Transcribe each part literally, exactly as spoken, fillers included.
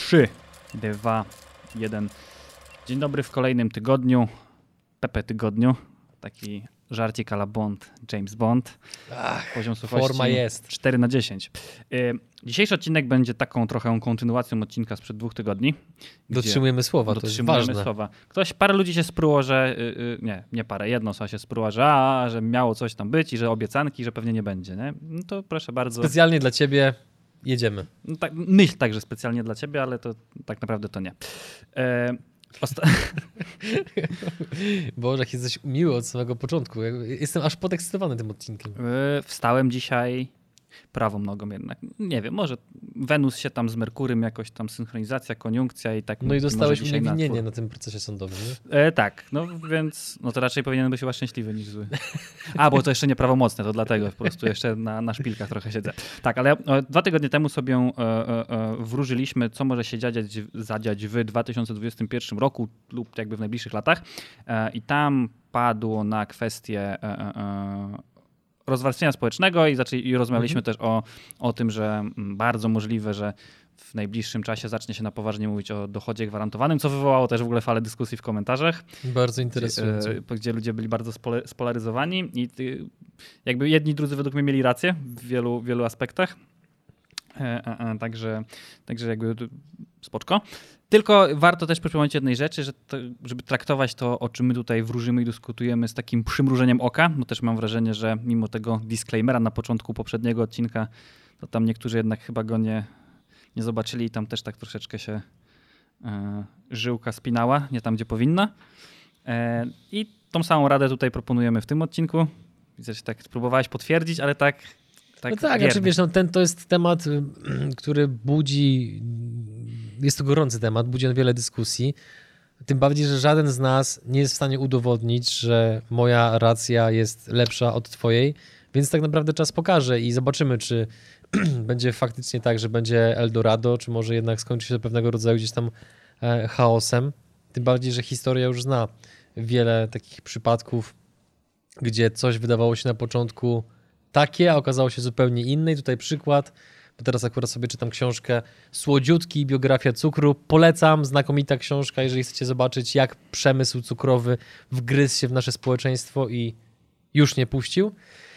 trzy, dwa, jeden. Dzień dobry w kolejnym tygodniu, Pepe tygodniu. Taki żarcik a la Bond, James Bond. Ach, poziom suchości forma jest. cztery na dziesięć. Dzisiejszy odcinek będzie taką trochę kontynuacją odcinka sprzed dwóch tygodni. Dotrzymujemy słowa, to dotrzymujemy jest ważne. Słowa. Ktoś, parę ludzi się spruło, że, yy, nie, nie parę, jedno osoba się spruła, że, a, że miało coś tam być i że obiecanki, że pewnie nie będzie. Nie? No to proszę bardzo. Specjalnie dla ciebie jedziemy. No tak, myśl także specjalnie dla ciebie, ale to tak naprawdę to nie. E, osta- Boże, jak jesteś miły od samego początku. Jestem aż podekscytowany tym odcinkiem. e, wstałem dzisiaj prawą nogą jednak. Nie wiem, może Wenus się tam z Merkurym jakoś tam synchronizacja, koniunkcja i tak. No i dostałeś dzisiaj uniewinnienie na, na tym procesie sądowym, nie? e, tak, no więc no to raczej powinien być chyba szczęśliwy niż zły. A, bo to jeszcze nieprawomocne, to dlatego po prostu jeszcze na, na szpilkach trochę siedzę. Tak, ale e, dwa tygodnie temu sobie e, e, wróżyliśmy, co może się dziać, zadziać w dwa tysiące dwudziestym pierwszym roku lub jakby w najbliższych latach e, i tam padło na kwestię e, e, rozwarstwienia społecznego i, zaczęli, i rozmawialiśmy mhm. też o, o tym, że bardzo możliwe, że w najbliższym czasie zacznie się na poważnie mówić o dochodzie gwarantowanym, co wywołało też w ogóle falę dyskusji w komentarzach. Bardzo interesujące. Gdzie, gdzie ludzie byli bardzo spolaryzowani i jakby jedni i drudzy według mnie mieli rację w wielu, wielu aspektach. E, e, e, także, także jakby spoczko. Tylko warto też przypomnieć jednej rzeczy, że to, żeby traktować to, o czym my tutaj wróżymy i dyskutujemy z takim przymrużeniem oka, bo też mam wrażenie, że mimo tego disclaimera na początku poprzedniego odcinka, to tam niektórzy jednak chyba go nie, nie zobaczyli i tam też tak troszeczkę się e, żyłka spinała, nie tam, gdzie powinna. E, I tą samą radę tutaj proponujemy w tym odcinku. Widzę, że tak próbowałeś potwierdzić, ale tak Tak, no tak, znaczy, wiesz, no, ten to jest temat, który budzi, jest to gorący temat, budzi on wiele dyskusji. Tym bardziej, że żaden z nas nie jest w stanie udowodnić, że moja racja jest lepsza od twojej, więc tak naprawdę czas pokaże i zobaczymy, czy będzie faktycznie tak, że będzie Eldorado, czy może jednak skończy się to pewnego rodzaju gdzieś tam chaosem. Tym bardziej, że historia już zna wiele takich przypadków, gdzie coś wydawało się na początku takie, a okazało się zupełnie inne. I tutaj przykład, bo teraz akurat sobie czytam książkę Słodziutki, biografia cukru. Polecam, znakomita książka, jeżeli chcecie zobaczyć, jak przemysł cukrowy wgryzł się w nasze społeczeństwo i już nie puścił.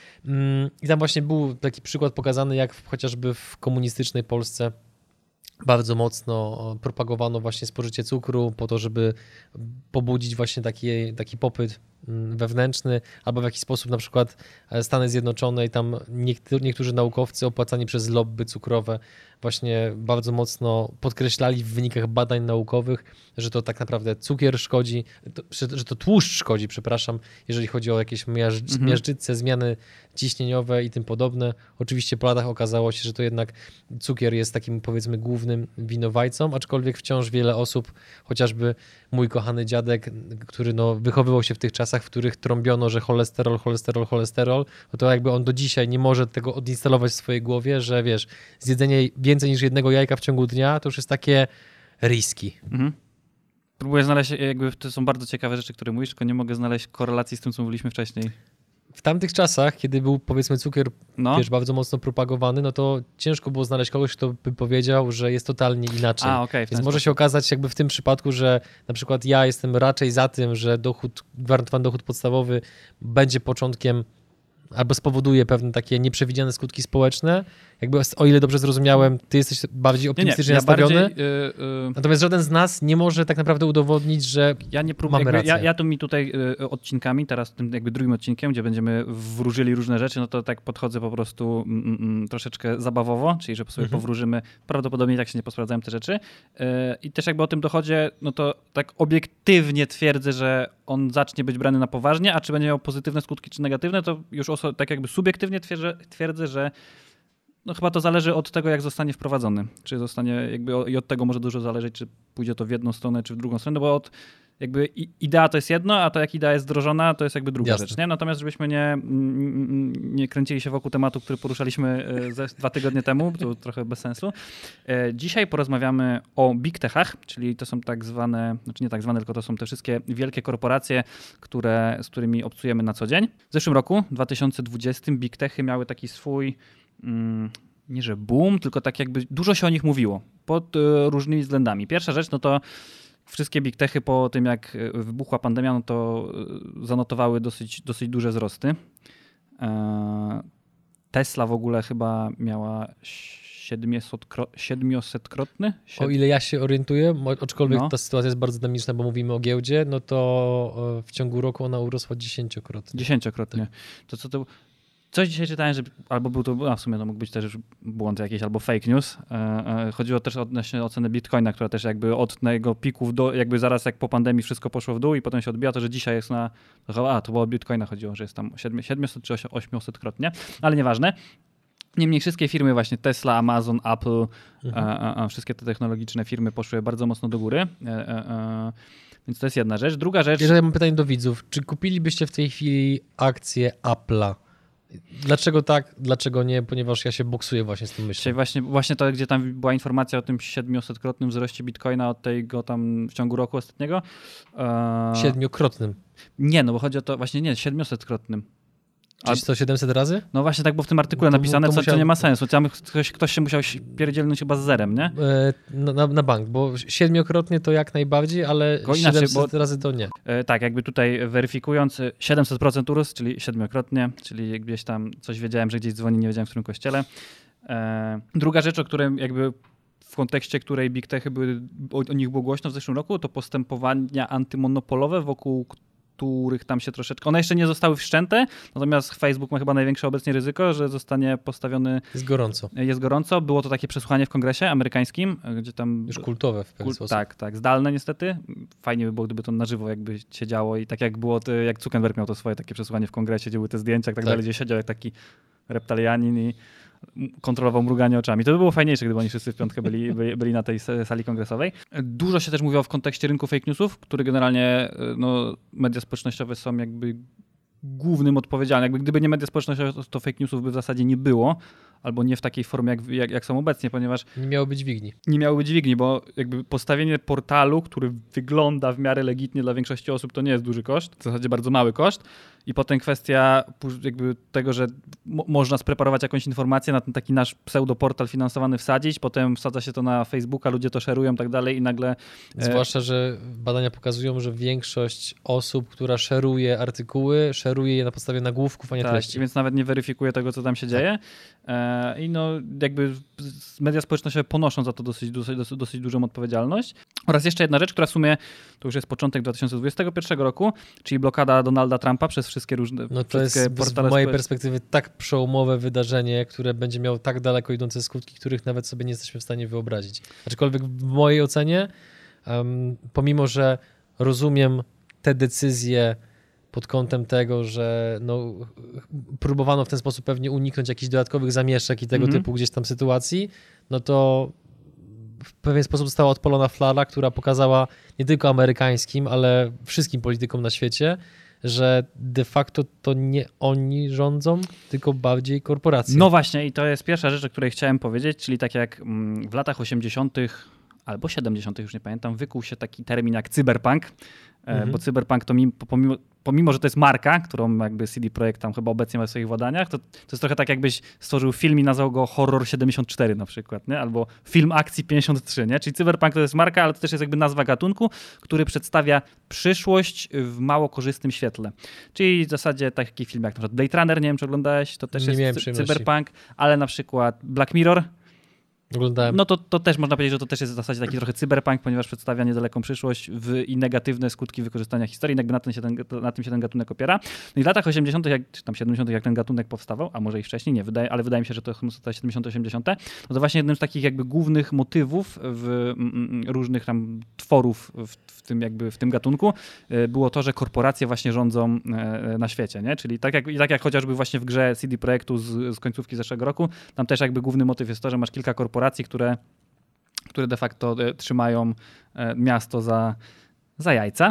I tam właśnie był taki przykład pokazany, jak chociażby w komunistycznej Polsce bardzo mocno propagowano właśnie spożycie cukru po to, żeby pobudzić właśnie taki, taki popyt wewnętrzny, albo w jakiś sposób na przykład Stany Zjednoczone i tam niektórzy, niektórzy naukowcy opłacani przez lobby cukrowe właśnie bardzo mocno podkreślali w wynikach badań naukowych, że to tak naprawdę cukier szkodzi, to, że to tłuszcz szkodzi, przepraszam, jeżeli chodzi o jakieś miażdż, mhm. miażdżyce, zmiany ciśnieniowe i tym podobne. Oczywiście po latach okazało się, że to jednak cukier jest takim, powiedzmy, głównym winowajcą, aczkolwiek wciąż wiele osób, chociażby mój kochany dziadek, który no, wychowywał się w tych czasach, w których trąbiono, że cholesterol, cholesterol, cholesterol, no to jakby on do dzisiaj nie może tego odinstalować w swojej głowie, że wiesz, zjedzenie więcej niż jednego jajka w ciągu dnia to już jest takie riski. Mhm. Próbuję znaleźć, jakby to są bardzo ciekawe rzeczy, które mówisz, tylko nie mogę znaleźć korelacji z tym, co mówiliśmy wcześniej. W tamtych czasach, kiedy był, powiedzmy, cukier no. wiesz, bardzo mocno propagowany, no to ciężko było znaleźć kogoś, kto by powiedział, że jest totalnie inaczej. A, okay, Więc może się okazać jakby w tym przypadku, że na przykład ja jestem raczej za tym, że dochód, gwarantowany dochód podstawowy będzie początkiem albo spowoduje pewne takie nieprzewidziane skutki społeczne. Jakby, o ile dobrze zrozumiałem, ty jesteś bardziej optymistycznie nie, nie, ja nastawiony. Bardziej, yy, yy... Natomiast żaden z nas nie może tak naprawdę udowodnić, że ja nie prób- mamy jakby, rację. Ja, ja tu mi tutaj yy, odcinkami, teraz tym jakby drugim odcinkiem, gdzie będziemy wróżyli różne rzeczy, no to tak podchodzę po prostu mm, mm, troszeczkę zabawowo, czyli że sobie mhm. powróżymy. Prawdopodobnie tak się nie posprawdzają te rzeczy. Yy, I też jakby o tym dochodzie, no to tak obiektywnie twierdzę, że on zacznie być brany na poważnie, a czy będzie miał pozytywne skutki, czy negatywne, to już oso- tak jakby subiektywnie twierdzę, twierdzę że no chyba to zależy od tego, jak zostanie wprowadzony. Czy zostanie jakby i od tego może dużo zależeć, czy pójdzie to w jedną stronę, czy w drugą stronę, bo od jakby idea to jest jedno, a to jak idea jest wdrożona, to jest jakby druga Jasne. rzecz. Nie? Natomiast żebyśmy nie, nie kręcili się wokół tematu, który poruszaliśmy ze dwa tygodnie temu, to trochę bez sensu. Dzisiaj porozmawiamy o big techach, czyli to są tak zwane, znaczy nie tak zwane, tylko to są te wszystkie wielkie korporacje, które, z którymi obcujemy na co dzień. W zeszłym roku, dwa tysiące dwudziestym, big techy miały taki swój... Mm, nie że boom, tylko tak jakby dużo się o nich mówiło pod y, różnymi względami. Pierwsza rzecz, no to wszystkie big techy po tym, jak wybuchła pandemia, no to zanotowały dosyć, dosyć duże wzrosty. Tesla w ogóle chyba miała siedmiosetkrotny? O ile ja się orientuję, aczkolwiek no. ta sytuacja jest bardzo dynamiczna, bo mówimy o giełdzie, no to w ciągu roku ona urosła dziesięciokrotnie. Dziesięciokrotnie. To co to... Coś dzisiaj czytałem, że albo był to, a w sumie to mógł być też błąd jakiś, albo fake news. Chodziło też odnośnie oceny Bitcoina, która też jakby od jego pików do, jakby zaraz jak po pandemii wszystko poszło w dół i potem się odbija, to że dzisiaj jest na, a to było o Bitcoina chodziło, że jest tam siedemset czy osiemset-krotnie, ale nieważne. Niemniej wszystkie firmy właśnie Tesla, Amazon, Apple, mhm. a, a, a wszystkie te technologiczne firmy poszły bardzo mocno do góry. A, a, więc to jest jedna rzecz. Druga rzecz... Jeżeli mam pytanie do widzów, czy kupilibyście w tej chwili akcje Apple'a? Dlaczego tak, dlaczego nie? Ponieważ ja się boksuję właśnie z tym myślą. Właśnie, właśnie to, gdzie tam była informacja o tym siedmiosetkrotnym wzroście Bitcoina od tego tam w ciągu roku ostatniego. Siedmiokrotnym? Nie, no bo chodzi o to, właśnie nie, siedmiosetkrotnym. Czyli sto siedemset razy? No właśnie tak było w tym artykule to, napisane, to co, musiał... co nie ma sensu. Tam ktoś, ktoś się musiał pierdzielnąć chyba z zerem, nie? Na, na, na bank, bo siedmiokrotnie to jak najbardziej, ale inaczej, siedemset bo, razy to nie. Tak, jakby tutaj weryfikując siedemset procent urósł, czyli siedmiokrotnie, czyli gdzieś tam coś wiedziałem, że gdzieś dzwoni, nie wiedziałem w którym kościele. Druga rzecz, o której jakby w kontekście której big techy były, o, o nich było głośno w zeszłym roku, to postępowania antymonopolowe, wokół których tam się troszeczkę... One jeszcze nie zostały wszczęte, natomiast Facebook ma chyba największe obecnie ryzyko, że zostanie postawiony... Jest gorąco. Jest gorąco. Było to takie przesłuchanie w kongresie amerykańskim, gdzie tam... Już kultowe w pewien Kul... sposób. Tak, tak. Zdalne niestety. Fajnie by było, gdyby to na żywo jakby się działo i tak jak było, to, jak Zuckerberg miał to swoje takie przesłuchanie w kongresie, gdzie były te zdjęcia i tak, tak dalej, gdzie siedział jak taki reptalianin i kontrolował mruganie oczami. To by było fajniejsze, gdyby oni wszyscy w piątkę byli, byli, byli na tej sali kongresowej. Dużo się też mówiło w kontekście rynku fake newsów, który generalnie no, media społecznościowe są jakby głównym odpowiedzialnym. Jakby gdyby nie media społecznościowe, to, to fake newsów by w zasadzie nie było, albo nie w takiej formie, jak, jak, jak są obecnie, ponieważ... Nie miałoby dźwigni. Nie miałoby dźwigni, bo jakby postawienie portalu, który wygląda w miarę legitnie dla większości osób, to nie jest duży koszt, w zasadzie bardzo mały koszt. I potem kwestia jakby tego, że mo- można spreparować jakąś informację, na ten taki nasz pseudoportal finansowany wsadzić, potem wsadza się to na Facebooka, ludzie to szerują i tak dalej i nagle... Zwłaszcza, że badania pokazują, że większość osób, która szeruje artykuły, szeruje je na podstawie nagłówków, a nie tak, treści. Więc nawet nie weryfikuje tego, co tam się dzieje. I no jakby media społecznościowe ponoszą za to dosyć, dosyć, dosyć dużą odpowiedzialność. Oraz jeszcze jedna rzecz, która w sumie to już jest początek dwa tysiące dwudziestego pierwszego roku, czyli blokada Donalda Trumpa przez wszystkie różne No to jest z mojej społecz... perspektywy tak przełomowe wydarzenie, które będzie miało tak daleko idące skutki, których nawet sobie nie jesteśmy w stanie wyobrazić. Aczkolwiek w mojej ocenie, um, pomimo że rozumiem te decyzje pod kątem tego, że no, próbowano w ten sposób pewnie uniknąć jakichś dodatkowych zamieszek i tego mm-hmm. typu gdzieś tam sytuacji, no to w pewien sposób została odpalona flara, która pokazała nie tylko amerykańskim, ale wszystkim politykom na świecie, że de facto to nie oni rządzą, tylko bardziej korporacje. No właśnie i to jest pierwsza rzecz, o której chciałem powiedzieć, czyli tak jak w latach osiemdziesiątych albo siedemdziesiątych, już nie pamiętam, wykuł się taki termin jak cyberpunk, mhm. bo cyberpunk to pomimo, pomimo, że to jest marka, którą jakby C D Projekt tam chyba obecnie ma w swoich władaniach, to, to jest trochę tak jakbyś stworzył film i nazwał go Horror siedemdziesiąt cztery na przykład, nie? Albo Film Akcji pięćdziesiąt trzy, nie? Czyli cyberpunk to jest marka, ale to też jest jakby nazwa gatunku, który przedstawia przyszłość w mało korzystnym świetle. Czyli w zasadzie taki film jak na przykład Blade Runner, nie wiem czy oglądałeś, to też nie jest cyberpunk, ale na przykład Black Mirror, Oglądałem. No to, to też można powiedzieć, że to też jest w zasadzie taki trochę cyberpunk, ponieważ przedstawia niedaleką przyszłość w, i negatywne skutki wykorzystania historii. Jakby na tym się ten, na tym się ten gatunek opiera. No i w latach osiemdziesiątych, jak, czy tam siedemdziesiątych, jak ten gatunek powstawał, a może i wcześniej, nie, wydaje, ale wydaje mi się, że to są lata siedemdziesiąte, osiemdziesiąte, no to właśnie jednym z takich jakby głównych motywów w mm, różnych tam tworów w, w, tym jakby w tym gatunku było to, że korporacje właśnie rządzą na świecie, nie? Czyli tak jak, tak jak chociażby właśnie w grze C D Projektu z, z końcówki zeszłego roku, tam też jakby główny motyw jest to, że masz kilka korporacji, które, które de facto trzymają miasto za, za jajca.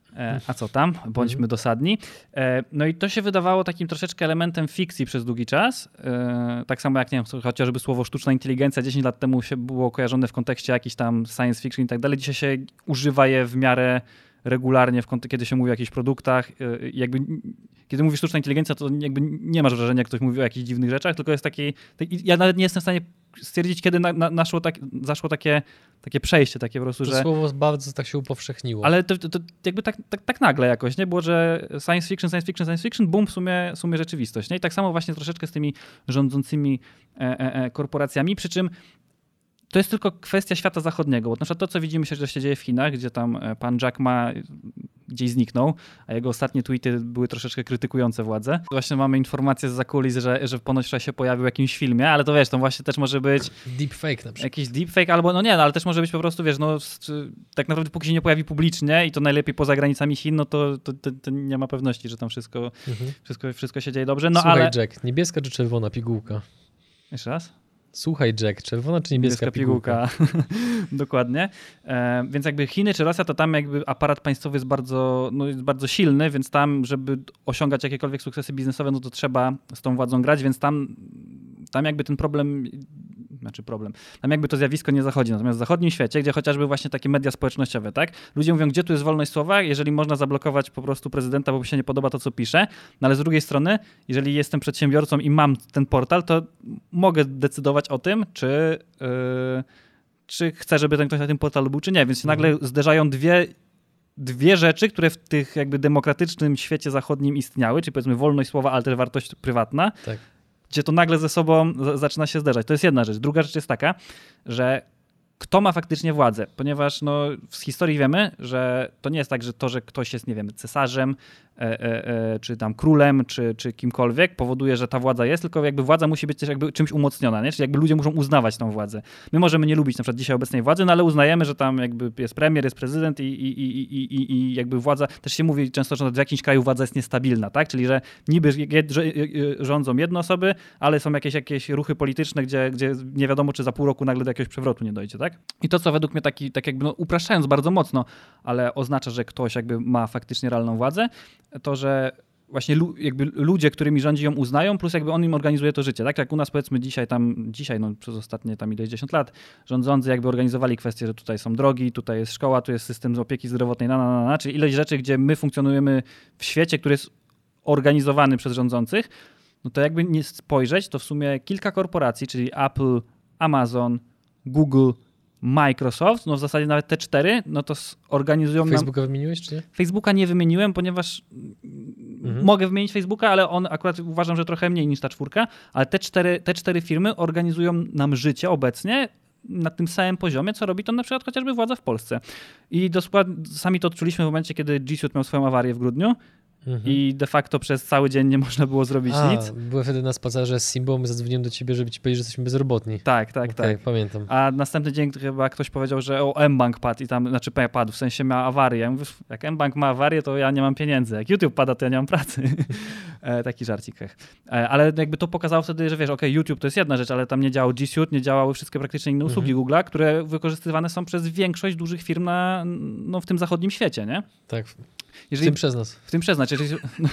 A co tam? Bądźmy dosadni. No i to się wydawało takim troszeczkę elementem fikcji przez długi czas. Tak samo jak, nie wiem, chociażby słowo sztuczna inteligencja dziesięć lat temu się było kojarzone w kontekście jakiś tam science fiction i tak dalej. Dzisiaj się używa je w miarę regularnie, w kont- kiedy się mówi o jakichś produktach. Jakby, kiedy mówisz sztuczna inteligencja, to jakby nie masz wrażenia, jak ktoś mówi o jakichś dziwnych rzeczach, tylko jest taki... Ja nawet nie jestem w stanie stwierdzić, kiedy na, na, naszło tak, zaszło takie, takie przejście, takie po prostu, to że... słowo bardzo tak się upowszechniło. Ale to, to, to jakby tak, tak, tak nagle jakoś, nie? Było, że science fiction, science fiction, science fiction, boom, w sumie, w sumie rzeczywistość, nie? I tak samo właśnie troszeczkę z tymi rządzącymi e, e, korporacjami, przy czym to jest tylko kwestia świata zachodniego, bo na przykład to, co widzimy się, że się dzieje w Chinach, gdzie tam pan Jack Ma gdzieś zniknął, a jego ostatnie tweety były troszeczkę krytykujące władzę. Właśnie mamy informację z zakulis, że, że ponoć się pojawił w jakimś filmie, ale to wiesz, to właśnie też może być... Deepfake na przykład. Jakiś deepfake, albo no nie, no, ale też może być po prostu, wiesz, no tak naprawdę póki się nie pojawi publicznie i to najlepiej poza granicami Chin, no to, to, to, to nie ma pewności, że tam wszystko, mhm. wszystko, wszystko się dzieje dobrze. No, Słuchaj, ale... Jack, niebieska czy czerwona pigułka? Jeszcze raz? Słuchaj, Jack, czerwona czy niebieska, niebieska pigułka? pigułka. Dokładnie. E, więc jakby Chiny czy Rosja, to tam jakby aparat państwowy jest bardzo, no jest bardzo silny, więc tam, żeby osiągać jakiekolwiek sukcesy biznesowe, no to trzeba z tą władzą grać, więc tam, tam jakby ten problem... Znaczy problem. Tam jakby to zjawisko nie zachodzi. Natomiast w zachodnim świecie, gdzie chociażby właśnie takie media społecznościowe, tak? Ludzie mówią, gdzie tu jest wolność słowa, jeżeli można zablokować po prostu prezydenta, bo mi się nie podoba to, co pisze. No ale z drugiej strony, jeżeli jestem przedsiębiorcą i mam ten portal, to mogę decydować o tym, czy, yy, czy chcę, żeby ten ktoś na tym portalu był, czy nie. Więc się nagle zderzają dwie dwie rzeczy, które w tych jakby demokratycznym świecie zachodnim istniały, czyli powiedzmy wolność słowa, ale też wartość prywatna. Tak. Gdzie to nagle ze sobą zaczyna się zderzać. To jest jedna rzecz. Druga rzecz jest taka, że kto ma faktycznie władzę, ponieważ no, z historii wiemy, że to nie jest tak, że to, że ktoś jest, nie wiem, cesarzem, e, e, e, czy tam królem, czy, czy kimkolwiek, powoduje, że ta władza jest, tylko jakby władza musi być też jakby czymś umocniona, nie? Czyli jakby ludzie muszą uznawać tą władzę. My możemy nie lubić na przykład dzisiaj obecnej władzy, no ale uznajemy, że tam jakby jest premier, jest prezydent i, i, i, i, i, i jakby władza, też się mówi często, że w jakimś kraju władza jest niestabilna, tak? Czyli że niby rządzą jedne osoby, ale są jakieś, jakieś ruchy polityczne, gdzie, gdzie nie wiadomo, czy za pół roku nagle do jakiegoś przewrotu nie dojdzie, tak? I to, co według mnie taki, tak jakby no, upraszczając bardzo mocno, ale oznacza, że ktoś jakby ma faktycznie realną władzę, to, że właśnie lu, jakby ludzie, którymi rządzi ją uznają, plus jakby on im organizuje to życie, tak? Jak u nas powiedzmy dzisiaj tam, dzisiaj no przez ostatnie tam ileś dziesiąt lat, rządzący jakby organizowali kwestię, że tutaj są drogi, tutaj jest szkoła, tu jest system opieki zdrowotnej, na, na, na, na, czyli ileś rzeczy, gdzie my funkcjonujemy w świecie, który jest organizowany przez rządzących, no to jakby nie spojrzeć, to w sumie kilka korporacji, czyli Apple, Amazon, Google, Microsoft, no w zasadzie nawet te cztery, no to organizują nam... Facebooka wymieniłeś, czy nie? Facebooka nie wymieniłem, ponieważ mhm. mogę wymienić Facebooka, ale on akurat uważam, że trochę mniej niż ta czwórka, ale te cztery, te cztery firmy organizują nam życie obecnie na tym samym poziomie, co robi to na przykład chociażby władza w Polsce. I dosłownie sami to odczuliśmy w momencie, kiedy G Suite miał swoją awarię w grudniu. Mhm. I de facto przez cały dzień nie można było zrobić A, nic. Byłem wtedy na spacerze z Simbą, my zadzwoniłem do ciebie, żeby ci powiedzieć, że jesteśmy bezrobotni. Tak, tak, okay, tak. Pamiętam. A następny dzień chyba ktoś powiedział, że o mBank padł i tam, znaczy padł, w sensie miał awarię. Ja mówię, jak mBank ma awarię, to ja nie mam pieniędzy. Jak YouTube pada, to ja nie mam pracy. Taki żarcik. E, ale jakby to pokazało wtedy, że wiesz, okej, okay, YouTube to jest jedna rzecz, ale tam nie działał G Suite, nie działały wszystkie praktycznie inne usługi mhm. Google'a, które wykorzystywane są przez większość dużych firm na, no, w tym zachodnim świecie, nie? Tak. Jeżeli, w tym przez nas. W tym przez nas. Jeżeli...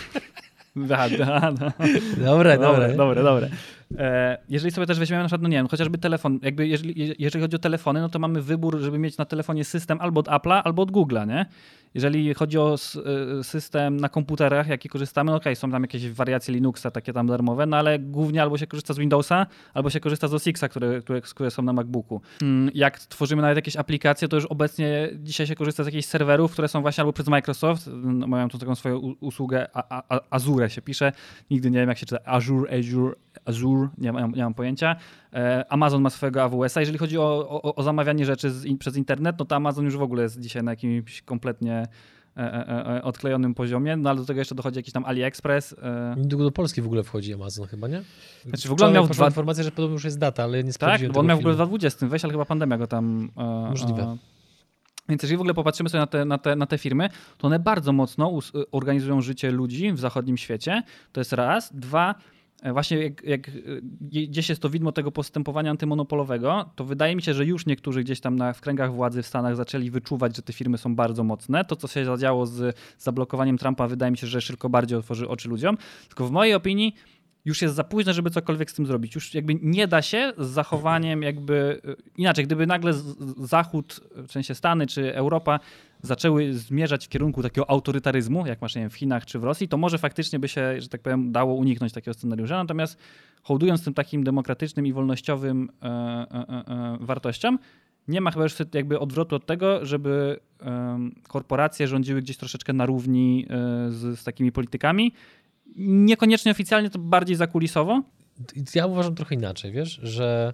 da, da, da. Dobre, dobre. Dobre, dobre. E, jeżeli sobie też weźmiemy na przykład, no nie wiem, chociażby telefon, jakby jeżeli, jeżeli chodzi o telefony, no to mamy wybór, żeby mieć na telefonie system albo od Apple'a, albo od Google'a, nie? Jeżeli chodzi o system na komputerach, jaki korzystamy, no okej, okay, są tam jakieś wariacje Linuxa, takie tam darmowe, no ale głównie albo się korzysta z Windowsa, albo się korzysta z O S X-a, które, które, które są na MacBooku. Jak tworzymy nawet jakieś aplikacje, to już obecnie dzisiaj się korzysta z jakichś serwerów, które są właśnie albo przez Microsoft, no, mają tu taką swoją usługę, a, a, Azure się pisze, nigdy nie wiem jak się czyta, Azure, Azure, Azure, nie mam, nie mam pojęcia. Amazon ma swojego A W S-a. Jeżeli chodzi o, o, o zamawianie rzeczy z, przez internet, no to Amazon już w ogóle jest dzisiaj na jakimś kompletnie e, e, e, odklejonym poziomie, no ale do tego jeszcze dochodzi jakiś tam AliExpress. E... Niedługo do Polski w ogóle wchodzi Amazon chyba, nie? Znaczy w ogóle on miał dwa... informacja, że podobno już jest data, ale nie sprawdziłem. Tak, bo on miał w ogóle w dwa tysiące dwudziestym wejść, ale chyba pandemia go tam... E, Możliwe. E... Więc jeżeli w ogóle popatrzymy sobie na te, na, te, na te firmy, to one bardzo mocno us- organizują życie ludzi w zachodnim świecie. To jest raz. Dwa, właśnie jak, jak gdzieś jest to widmo tego postępowania antymonopolowego, to wydaje mi się, że już niektórzy gdzieś tam na, w kręgach władzy w Stanach zaczęli wyczuwać, że te firmy są bardzo mocne. To, co się zadziało z zablokowaniem Trumpa, wydaje mi się, że szybko bardziej otworzy oczy ludziom. Tylko w mojej opinii już jest za późno, żeby cokolwiek z tym zrobić. Już jakby nie da się z zachowaniem jakby... Inaczej, gdyby nagle Zachód, w sensie Stany czy Europa zaczęły zmierzać w kierunku takiego autorytaryzmu, jak masz nie wiem, w Chinach czy w Rosji, to może faktycznie by się, że tak powiem, dało uniknąć takiego scenariusza. Natomiast hołdując tym takim demokratycznym i wolnościowym e, e, e, wartościom, nie ma chyba już jakby odwrotu od tego, żeby e, korporacje rządziły gdzieś troszeczkę na równi e, z, z takimi politykami. Niekoniecznie oficjalnie, to bardziej zakulisowo. Ja uważam trochę inaczej, wiesz, że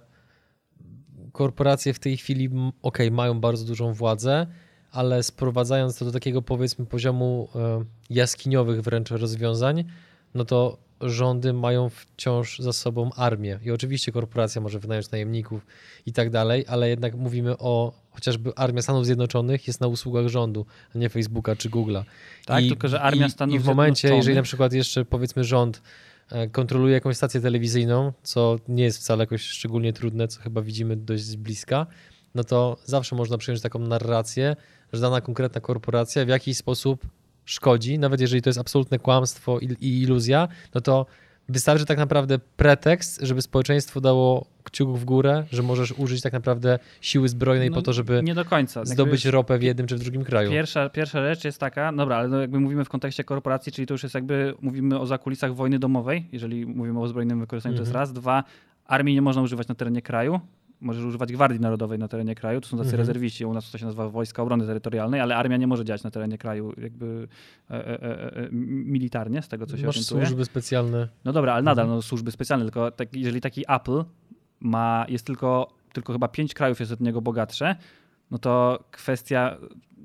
korporacje w tej chwili, okej, okay, mają bardzo dużą władzę, ale sprowadzając to do takiego, powiedzmy, poziomu jaskiniowych wręcz rozwiązań, no to rządy mają wciąż za sobą armię. I oczywiście korporacja może wynająć najemników i tak dalej, ale jednak mówimy o chociażby armia Stanów Zjednoczonych jest na usługach rządu, a nie Facebooka czy Google'a. Tak, I, tylko że armia i, Stanów I w momencie, Zjednoczonych... jeżeli na przykład jeszcze powiedzmy rząd kontroluje jakąś stację telewizyjną, co nie jest wcale jakoś szczególnie trudne, co chyba widzimy dość z bliska, no to zawsze można przyjąć taką narrację, że dana konkretna korporacja w jakiś sposób szkodzi, nawet jeżeli to jest absolutne kłamstwo i, i iluzja, no to wystarczy tak naprawdę pretekst, żeby społeczeństwo dało kciuk w górę, że możesz użyć tak naprawdę siły zbrojnej no, po to, żeby nie do końca. zdobyć jakby ropę w jednym czy w drugim kraju. Pierwsza, pierwsza rzecz jest taka, dobra, ale no jakby mówimy w kontekście korporacji, czyli to już jest jakby, mówimy o zakulisach wojny domowej, jeżeli mówimy o zbrojnym wykorzystaniu, mm-hmm. to jest raz. Dwa, armii nie można używać na terenie kraju. Możesz używać Gwardii Narodowej na terenie kraju, to są tacy mhm. rezerwiści, u nas to się nazywa Wojska Obrony Terytorialnej, ale armia nie może działać na terenie kraju jakby e, e, e, militarnie, z tego co się Masz orientuję. służby specjalne. No dobra, ale nadal no, służby specjalne, tylko tak, jeżeli taki Apple ma, jest tylko, tylko chyba pięć krajów jest od niego bogatsze, no to kwestia...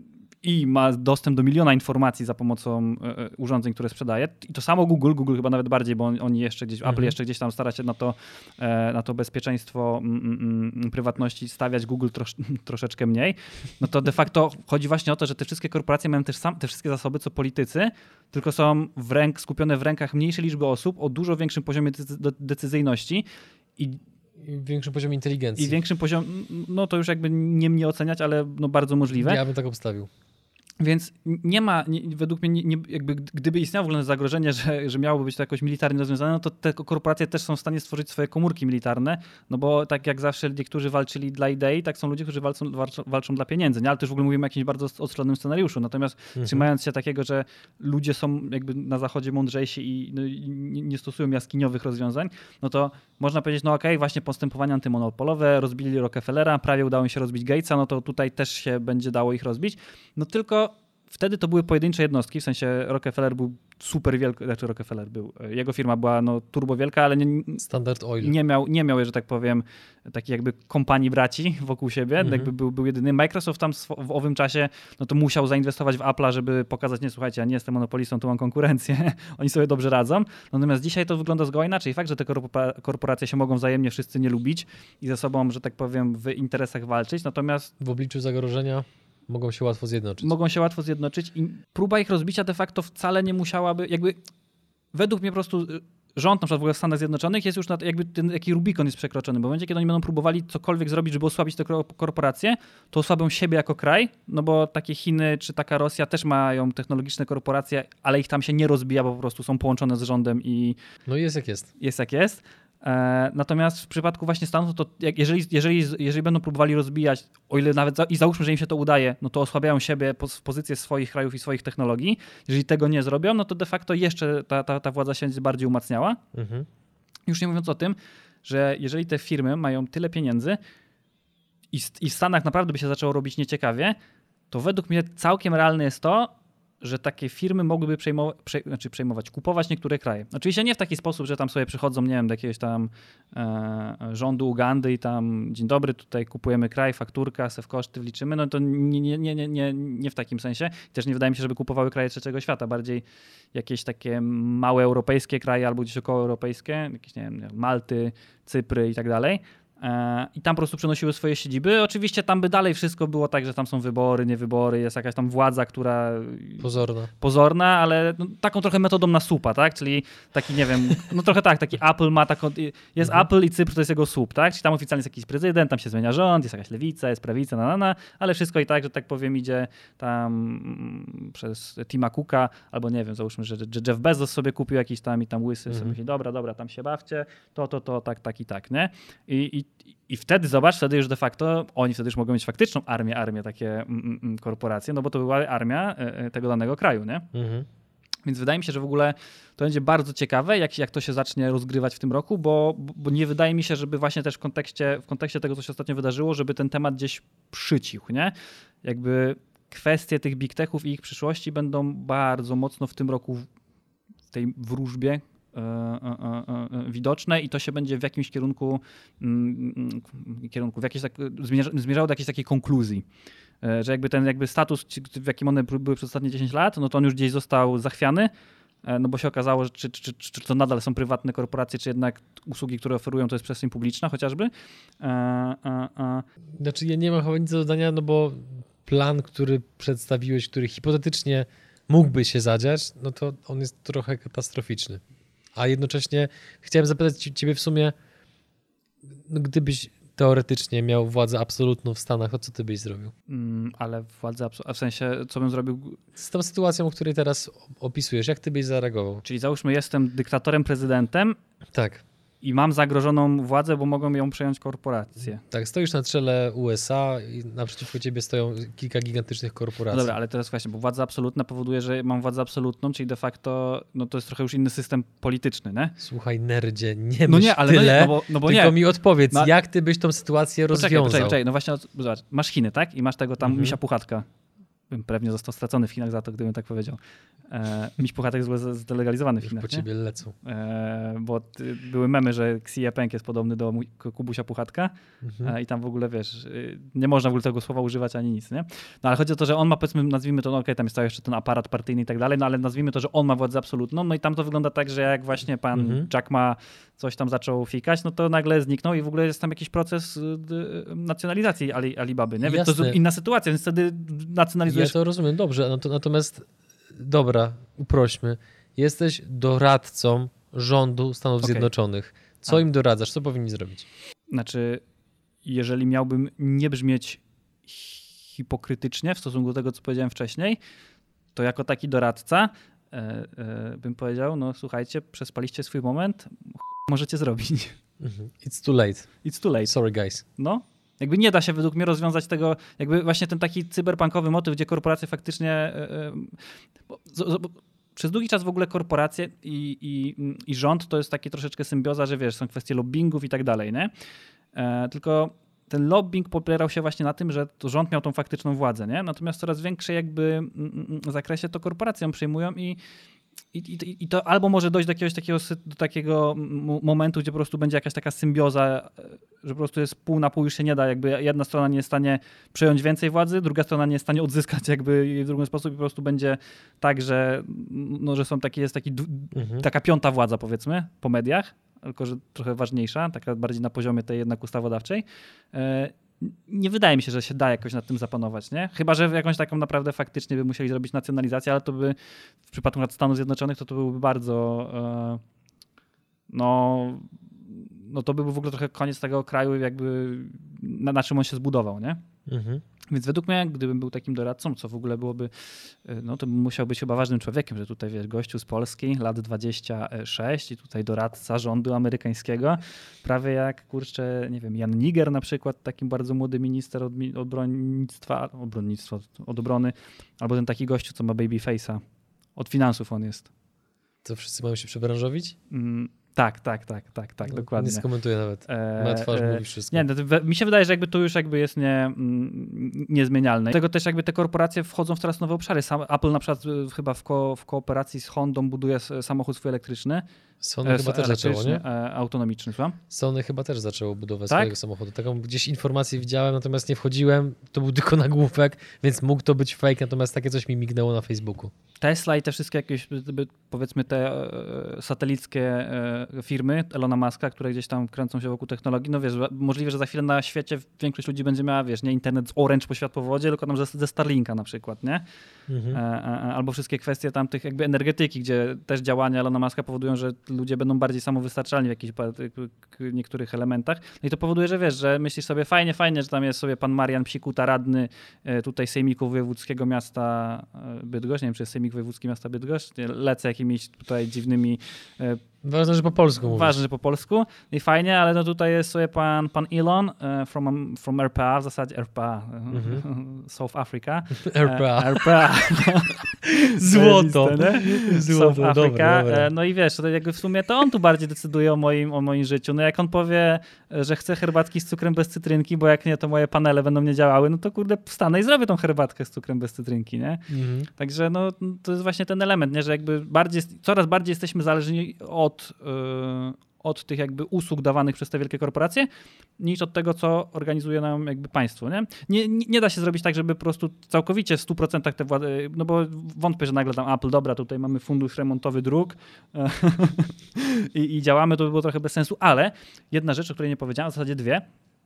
i ma dostęp do miliona informacji za pomocą y, urządzeń, które sprzedaje. I to samo Google, Google chyba nawet bardziej, bo on, oni jeszcze gdzieś, mhm. Apple jeszcze gdzieś tam stara się na to, e, na to bezpieczeństwo m, m, prywatności stawiać, Google trosz, troszeczkę mniej. No to de facto chodzi właśnie o to, że te wszystkie korporacje mają też sam, te wszystkie zasoby, co politycy, tylko są w ręk, skupione w rękach mniejszej liczby osób o dużo większym poziomie decyzyjności i I większym poziomie inteligencji. I większym poziomie, no to już jakby nie mnie oceniać, ale no bardzo możliwe. Ja bym tak obstawił. Więc nie ma, nie, według mnie, nie, nie, jakby gdyby istniało w ogóle zagrożenie, że, że miałoby być to jakoś militarnie rozwiązane, no to te korporacje też są w stanie stworzyć swoje komórki militarne, no bo tak jak zawsze niektórzy walczyli dla idei, tak są ludzie, którzy walczą, walczą, walczą dla pieniędzy, nie? Ale też w ogóle mówimy o jakimś bardzo odstrzelonym scenariuszu. Natomiast mhm. trzymając się takiego, że ludzie są jakby na zachodzie mądrzejsi i, no, i nie, nie stosują jaskiniowych rozwiązań, no to można powiedzieć, no okej, okay, właśnie postępowania antymonopolowe, rozbili Rockefellera, prawie udało im się rozbić Gatesa, no to tutaj też się będzie dało ich rozbić. No tylko wtedy to były pojedyncze jednostki, w sensie Rockefeller był super wielki, znaczy Rockefeller był, jego firma była no turbo wielka, ale nie, Standard Oil. nie miał, nie miał, że tak powiem, takich jakby kompanii braci wokół siebie, mhm. jakby był, był jedyny. Microsoft tam w owym czasie, no to musiał zainwestować w Apple'a, żeby pokazać, nie słuchajcie, ja nie jestem monopolistą, tu mam konkurencję, oni sobie dobrze radzą. Natomiast dzisiaj to wygląda zgoła inaczej. Fakt, że te korporacje się mogą wzajemnie wszyscy nie lubić i ze sobą, że tak powiem, w interesach walczyć, natomiast... W obliczu zagrożenia mogą się łatwo zjednoczyć. Mogą się łatwo zjednoczyć i próba ich rozbicia de facto wcale nie musiałaby, jakby według mnie po prostu rząd na przykład w ogóle w Stanach Zjednoczonych jest już na, jakby ten jaki Rubikon jest przekroczony, bo w momencie, kiedy oni będą próbowali cokolwiek zrobić, żeby osłabić te korporacje, to osłabią siebie jako kraj, no bo takie Chiny czy taka Rosja też mają technologiczne korporacje, ale ich tam się nie rozbija, bo po prostu są połączone z rządem i... No jest jak jest. Jest jak jest. Natomiast w przypadku właśnie Stanów, to jak jeżeli, jeżeli, jeżeli będą próbowali rozbijać, o ile nawet za, i załóżmy, że im się to udaje, no to osłabiają siebie w pozycję swoich krajów i swoich technologii. Jeżeli tego nie zrobią, no to de facto jeszcze ta, ta, ta władza się będzie bardziej umacniała. Mhm. Już nie mówiąc o tym, że jeżeli te firmy mają tyle pieniędzy i, i w Stanach naprawdę by się zaczęło robić nieciekawie, to według mnie całkiem realne jest to, że takie firmy mogłyby przejmować, prze, znaczy przejmować, kupować niektóre kraje. Oczywiście nie w taki sposób, że tam sobie przychodzą, nie wiem, do jakiegoś tam e, rządu Ugandy i tam dzień dobry, tutaj kupujemy kraj, fakturka, se w koszty wliczymy. No to nie, nie, nie, nie, nie w takim sensie. I też nie wydaje mi się, żeby kupowały kraje trzeciego świata. Bardziej jakieś takie małe europejskie kraje albo gdzieś około europejskie, jakieś, nie wiem, Malty, Cypry i tak dalej. i tam po prostu przenosiły swoje siedziby. Oczywiście tam by dalej wszystko było tak, że tam są wybory, nie wybory, jest jakaś tam władza, która... Pozorna. Pozorna, ale no, taką trochę metodą na słupa, tak? Czyli taki, nie wiem, no trochę tak, taki Apple ma taką... Jest mhm. Apple i Cypr to jest jego słup, tak? Czyli tam oficjalnie jest jakiś prezydent, tam się zmienia rząd, jest jakaś lewica, jest prawica, na, na, na, ale wszystko i tak, że tak powiem idzie tam przez Tima Cooka, albo nie wiem, załóżmy, że Jeff Bezos sobie kupił jakiś tam i tam łysy mhm. sobie myśli, dobra, dobra, tam się bawcie, to, to, to, tak, tak i tak, nie? I, i I wtedy, zobacz, wtedy już de facto, oni wtedy już mogą mieć faktyczną armię, armię takie mm, mm, korporacje, no bo to była armia y, tego danego kraju, nie? Mhm. Więc wydaje mi się, że w ogóle to będzie bardzo ciekawe, jak, jak to się zacznie rozgrywać w tym roku, bo, bo nie wydaje mi się, żeby właśnie też w kontekście, w kontekście tego, co się ostatnio wydarzyło, żeby ten temat gdzieś przycichł, nie? Jakby kwestie tych big techów i ich przyszłości będą bardzo mocno w tym roku w tej wróżbie widoczne i to się będzie w jakimś kierunku, kierunku w jakieś tak, zmierzało do jakiejś takiej konkluzji. Że jakby ten jakby status, w jakim one były przez ostatnie dziesięć lat, no to on już gdzieś został zachwiany, no bo się okazało, że czy, czy, czy, czy to nadal są prywatne korporacje, czy jednak usługi, które oferują, to jest przestrzeń publiczna chociażby. Znaczy ja nie mam chyba nic do dodania, no bo plan, który przedstawiłeś, który hipotetycznie mógłby się zadziać, no to on jest trochę katastroficzny. A jednocześnie chciałem zapytać ciebie w sumie, no gdybyś teoretycznie miał władzę absolutną w Stanach, to co ty byś zrobił? Mm, ale władzę absolutną, w sensie co bym zrobił? Z tą sytuacją, o której teraz opisujesz, jak ty byś zareagował? Czyli załóżmy jestem dyktatorem, prezydentem. Tak. I mam zagrożoną władzę, bo mogą ją przejąć korporacje. Tak, stoisz na czele U S A i naprzeciwko ciebie stoją kilka gigantycznych korporacji. No dobra, ale teraz właśnie, bo władza absolutna powoduje, że mam władzę absolutną, czyli de facto no to jest trochę już inny system polityczny, nie? Słuchaj, nerdzie, nie no myśl nie, ale tyle, no, no bo, no bo tylko nie. mi odpowiedz, no, jak ty byś tą sytuację poczekaj, rozwiązał? Poczekaj, poczekaj, no właśnie, zobacz, masz Chiny, tak? I masz tego tam mhm. misia Puchatka. Bym pewnie został stracony w Chinach za to, gdybym tak powiedział. E, miś Puchatek jest zdelegalizowany w Chinach. Po ciebie nie? lecą. E, bo ty, były memy, że Xi Jinping jest podobny do Kubusia Puchatka mhm. e, i tam w ogóle, wiesz, nie można w ogóle tego słowa używać ani nic, nie? No ale chodzi o to, że on ma, powiedzmy, nazwijmy to, no okej, okay, tam jest cały jeszcze ten aparat partyjny i tak dalej, no ale nazwijmy to, że on ma władzę absolutną, no i tam to wygląda tak, że jak właśnie pan mhm. Jack Ma coś tam zaczął fikać, no to nagle zniknął i w ogóle jest tam jakiś proces nacjonalizacji Ali, Alibaby, nie? Więc to jest inna sytuacja, więc wtedy nacjonalizujesz... Ja to rozumiem, dobrze, natomiast dobra, uprośmy. Jesteś doradcą rządu Stanów okay. Zjednoczonych. Co A. im doradzasz? Co powinni zrobić? Znaczy, jeżeli miałbym nie brzmieć hipokrytycznie w stosunku do tego, co powiedziałem wcześniej, to jako taki doradca e, e, bym powiedział, no słuchajcie, przespaliście swój moment, możecie zrobić. It's too late. It's too late. Sorry guys. No. Jakby nie da się według mnie rozwiązać tego, jakby właśnie ten taki cyberpunkowy motyw, gdzie korporacje faktycznie... Bo, bo, przez długi czas w ogóle korporacje i, i, i rząd to jest taki troszeczkę symbioza, że wiesz, są kwestie lobbingów i tak dalej, nie? E, tylko ten lobbying popierał się właśnie na tym, że to rząd miał tą faktyczną władzę, nie? Natomiast w coraz większej jakby zakresie to korporacje ją przyjmują i I, i, I to albo może dojść do jakiegoś takiego, do takiego momentu, gdzie po prostu będzie jakaś taka symbioza, że po prostu jest pół na pół, już się nie da, jakby jedna strona nie jest w stanie przejąć więcej władzy, druga strona nie jest w stanie odzyskać jakby jej w drugi sposób i po prostu będzie tak, że, no, że są taki, jest taki, mhm. taka piąta władza powiedzmy po mediach, tylko że trochę ważniejsza, taka bardziej na poziomie tej jednak ustawodawczej. Nie wydaje mi się, że się da jakoś nad tym zapanować, nie? Chyba że jakąś taką naprawdę faktycznie by musieli zrobić nacjonalizację, ale to by w przypadku Stanów Zjednoczonych to to byłby bardzo e, no, no to by był w ogóle trochę koniec tego kraju, jakby na, na czym on się zbudował, nie? Mhm. Więc według mnie, gdybym był takim doradcą, co w ogóle byłoby, no to bym musiał być chyba ważnym człowiekiem, że tutaj wiesz, gościu z Polski, lat dwadzieścia sześć i tutaj doradca rządu amerykańskiego, prawie jak, kurczę, nie wiem, Jan Niger na przykład, taki bardzo młody minister od obronnictwa, obronnictwa, od obrony, albo ten taki gościu, co ma babyface'a, od finansów on jest. To wszyscy mają się przebranżowić? Mm. Tak, tak, tak, tak, tak, no, dokładnie. Nie skomentuję nawet. Na twarz e, mówi wszystko. Nie, no, mi się wydaje, że jakby to już jakby jest nie, niezmienialne. Dlatego też jakby te korporacje wchodzą w coraz nowe obszary. Sam Apple na przykład chyba w, ko, w kooperacji z Hondą buduje samochód swój elektryczny. Sony e, chyba też zaczęło, nie? E, autonomiczny, słucham? Sony chyba też zaczęło budować tak? swojego samochodu. Taką gdzieś informację widziałem, natomiast nie wchodziłem. To był tylko nagłówek, więc mógł to być fake, natomiast takie coś mi mignęło na Facebooku. Tesla i te wszystkie jakieś, powiedzmy, te e, satelickie e, firmy Elona Muska, które gdzieś tam kręcą się wokół technologii, no wiesz, możliwe, że za chwilę na świecie większość ludzi będzie miała, wiesz, nie internet z Orange po światłowodzie, tylko tam ze, ze Starlinka na przykład, nie? Mhm. E, e, albo wszystkie kwestie tam tych jakby energetyki, gdzie też działania Elona Muska powodują, że ludzie będą bardziej samowystarczalni w jakichś niektórych elementach. No i to powoduje, że wiesz, że myślisz sobie fajnie, fajnie, że tam jest sobie pan Marian Psikuta, radny e, tutaj Sejmiku Wojewódzkiego Miasta Bydgoszcz, nie wiem, czy jest Sejmik Wojewódzki Miasta Bydgoszcz, lecę jakimiś tutaj dziwnymi... E, Ważne, że po polsku mówisz. Ważne, że po polsku. I fajnie, ale no tutaj jest sobie pan, pan Elon uh, from, from R P A, w zasadzie R P A, mm-hmm. South Africa. R P A. Uh, R P A. Złoto. Złoto, South Africa. Dobra. No i wiesz, to jakby w sumie to on tu bardziej decyduje o moim, o moim życiu. No jak on powie, że chce herbatki z cukrem bez cytrynki, bo jak nie, to moje panele będą nie działały, no to kurde wstanę i zrobię tą herbatkę z cukrem bez cytrynki, nie? Mm-hmm. Także no to jest właśnie ten element, nie? Że jakby bardziej, coraz bardziej jesteśmy zależni od Od, yy, od tych jakby usług dawanych przez te wielkie korporacje, niż od tego, co organizuje nam jakby państwo. Nie, nie, nie da się zrobić tak, żeby po prostu całkowicie w stu procentach te władze, no bo wątpię, że nagle tam Apple, dobra, tutaj mamy fundusz remontowy dróg I, i działamy, to by było trochę bez sensu, ale jedna rzecz, o której nie powiedziałem, w zasadzie dwie.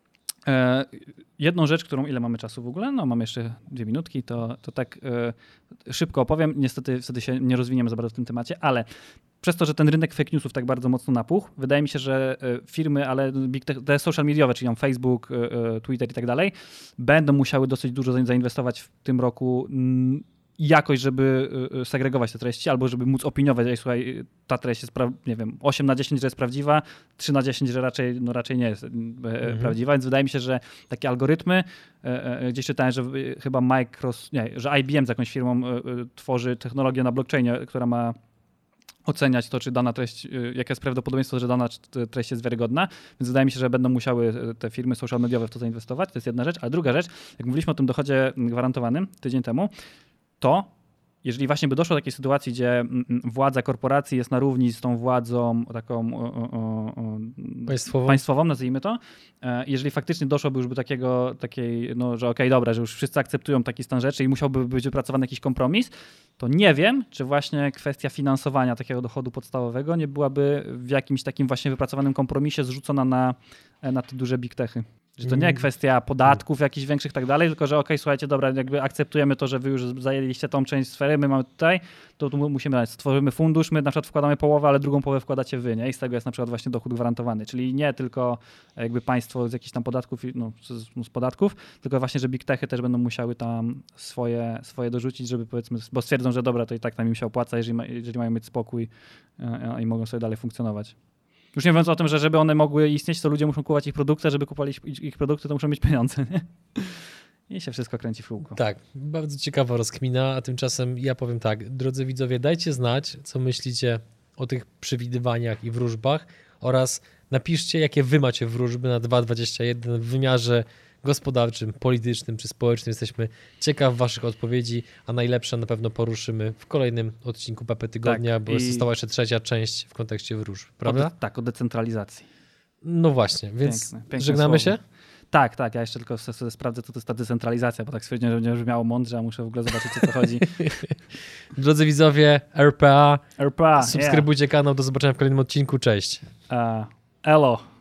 E, jedną rzecz, którą, ile mamy czasu w ogóle? No mamy jeszcze dwie minutki, to, to tak e, szybko opowiem. Niestety wtedy się nie rozwiniemy za bardzo w tym temacie, ale przez to, że ten rynek fake newsów tak bardzo mocno napuchł, wydaje mi się, że firmy, ale big tech, te social mediowe, czyli tam Facebook, Twitter i tak dalej, będą musiały dosyć dużo zainwestować w tym roku jakoś, żeby segregować te treści, albo żeby móc opiniować, ej, słuchaj, ta treść jest, pra- nie wiem, osiem na dziesięć, że jest prawdziwa, trzy na dziesięć, że raczej, no raczej nie jest mhm. prawdziwa, więc wydaje mi się, że takie algorytmy, gdzieś czytałem, że chyba Microsoft, nie, że I B M z jakąś firmą tworzy technologię na blockchainie, która ma oceniać to, czy dana treść, jakie jest prawdopodobieństwo, że dana treść jest wiarygodna, więc wydaje mi się, że będą musiały te firmy social mediowe w to zainwestować, to jest jedna rzecz, a druga rzecz, jak mówiliśmy o tym dochodzie gwarantowanym tydzień temu, to jeżeli właśnie by doszło do takiej sytuacji, gdzie władza korporacji jest na równi z tą władzą taką o, o, o, państwową. państwową, nazwijmy to, jeżeli faktycznie doszłoby już do takiego, takiej, no, że okej, okay, dobra, że już wszyscy akceptują taki stan rzeczy i musiałby być wypracowany jakiś kompromis, to nie wiem, czy właśnie kwestia finansowania takiego dochodu podstawowego nie byłaby w jakimś takim właśnie wypracowanym kompromisie zrzucona na, na te duże big techy. Że to nie kwestia podatków jakichś większych i tak dalej, tylko że okej, okay, słuchajcie, dobra, jakby akceptujemy to, że wy już zajęliście tą część sfery, my mamy tutaj, to tu musimy dać, stworzymy fundusz, my na przykład wkładamy połowę, ale drugą połowę wkładacie wy, nie? I z tego jest na przykład właśnie dochód gwarantowany, czyli nie tylko jakby państwo z jakichś tam podatków, no z, z podatków, tylko właśnie, że big techy też będą musiały tam swoje, swoje dorzucić, żeby powiedzmy, bo stwierdzą, że dobra, to i tak nam im się opłaca, jeżeli, ma, jeżeli mają mieć spokój i, i mogą sobie dalej funkcjonować. Już nie mówiąc o tym, że żeby one mogły istnieć, to ludzie muszą kupować ich produkty, a żeby kupowali ich produkty, to muszą mieć pieniądze, nie? I się wszystko kręci w kółko. Tak, bardzo ciekawa rozkmina, a tymczasem ja powiem tak, drodzy widzowie, dajcie znać, co myślicie o tych przewidywaniach i wróżbach oraz napiszcie, jakie wy macie wróżby na dwa dwadzieścia jeden w wymiarze gospodarczym, politycznym czy społecznym. Jesteśmy ciekaw waszych odpowiedzi, a najlepsze na pewno poruszymy w kolejnym odcinku P P Tygodnia, tak, bo i... została jeszcze trzecia część w kontekście wróżb, prawda? O de- tak, o decentralizacji. No właśnie, więc piękne, piękne słowo. Żegnamy się? Tak, tak, ja jeszcze tylko sobie sprawdzę, co to jest ta decentralizacja, bo tak stwierdziłem, że będzie brzmiało mądrze, a muszę w ogóle zobaczyć, o co chodzi. Drodzy widzowie, R P A, R P A subskrybujcie yeah. kanał, do zobaczenia w kolejnym odcinku, cześć. Uh, elo.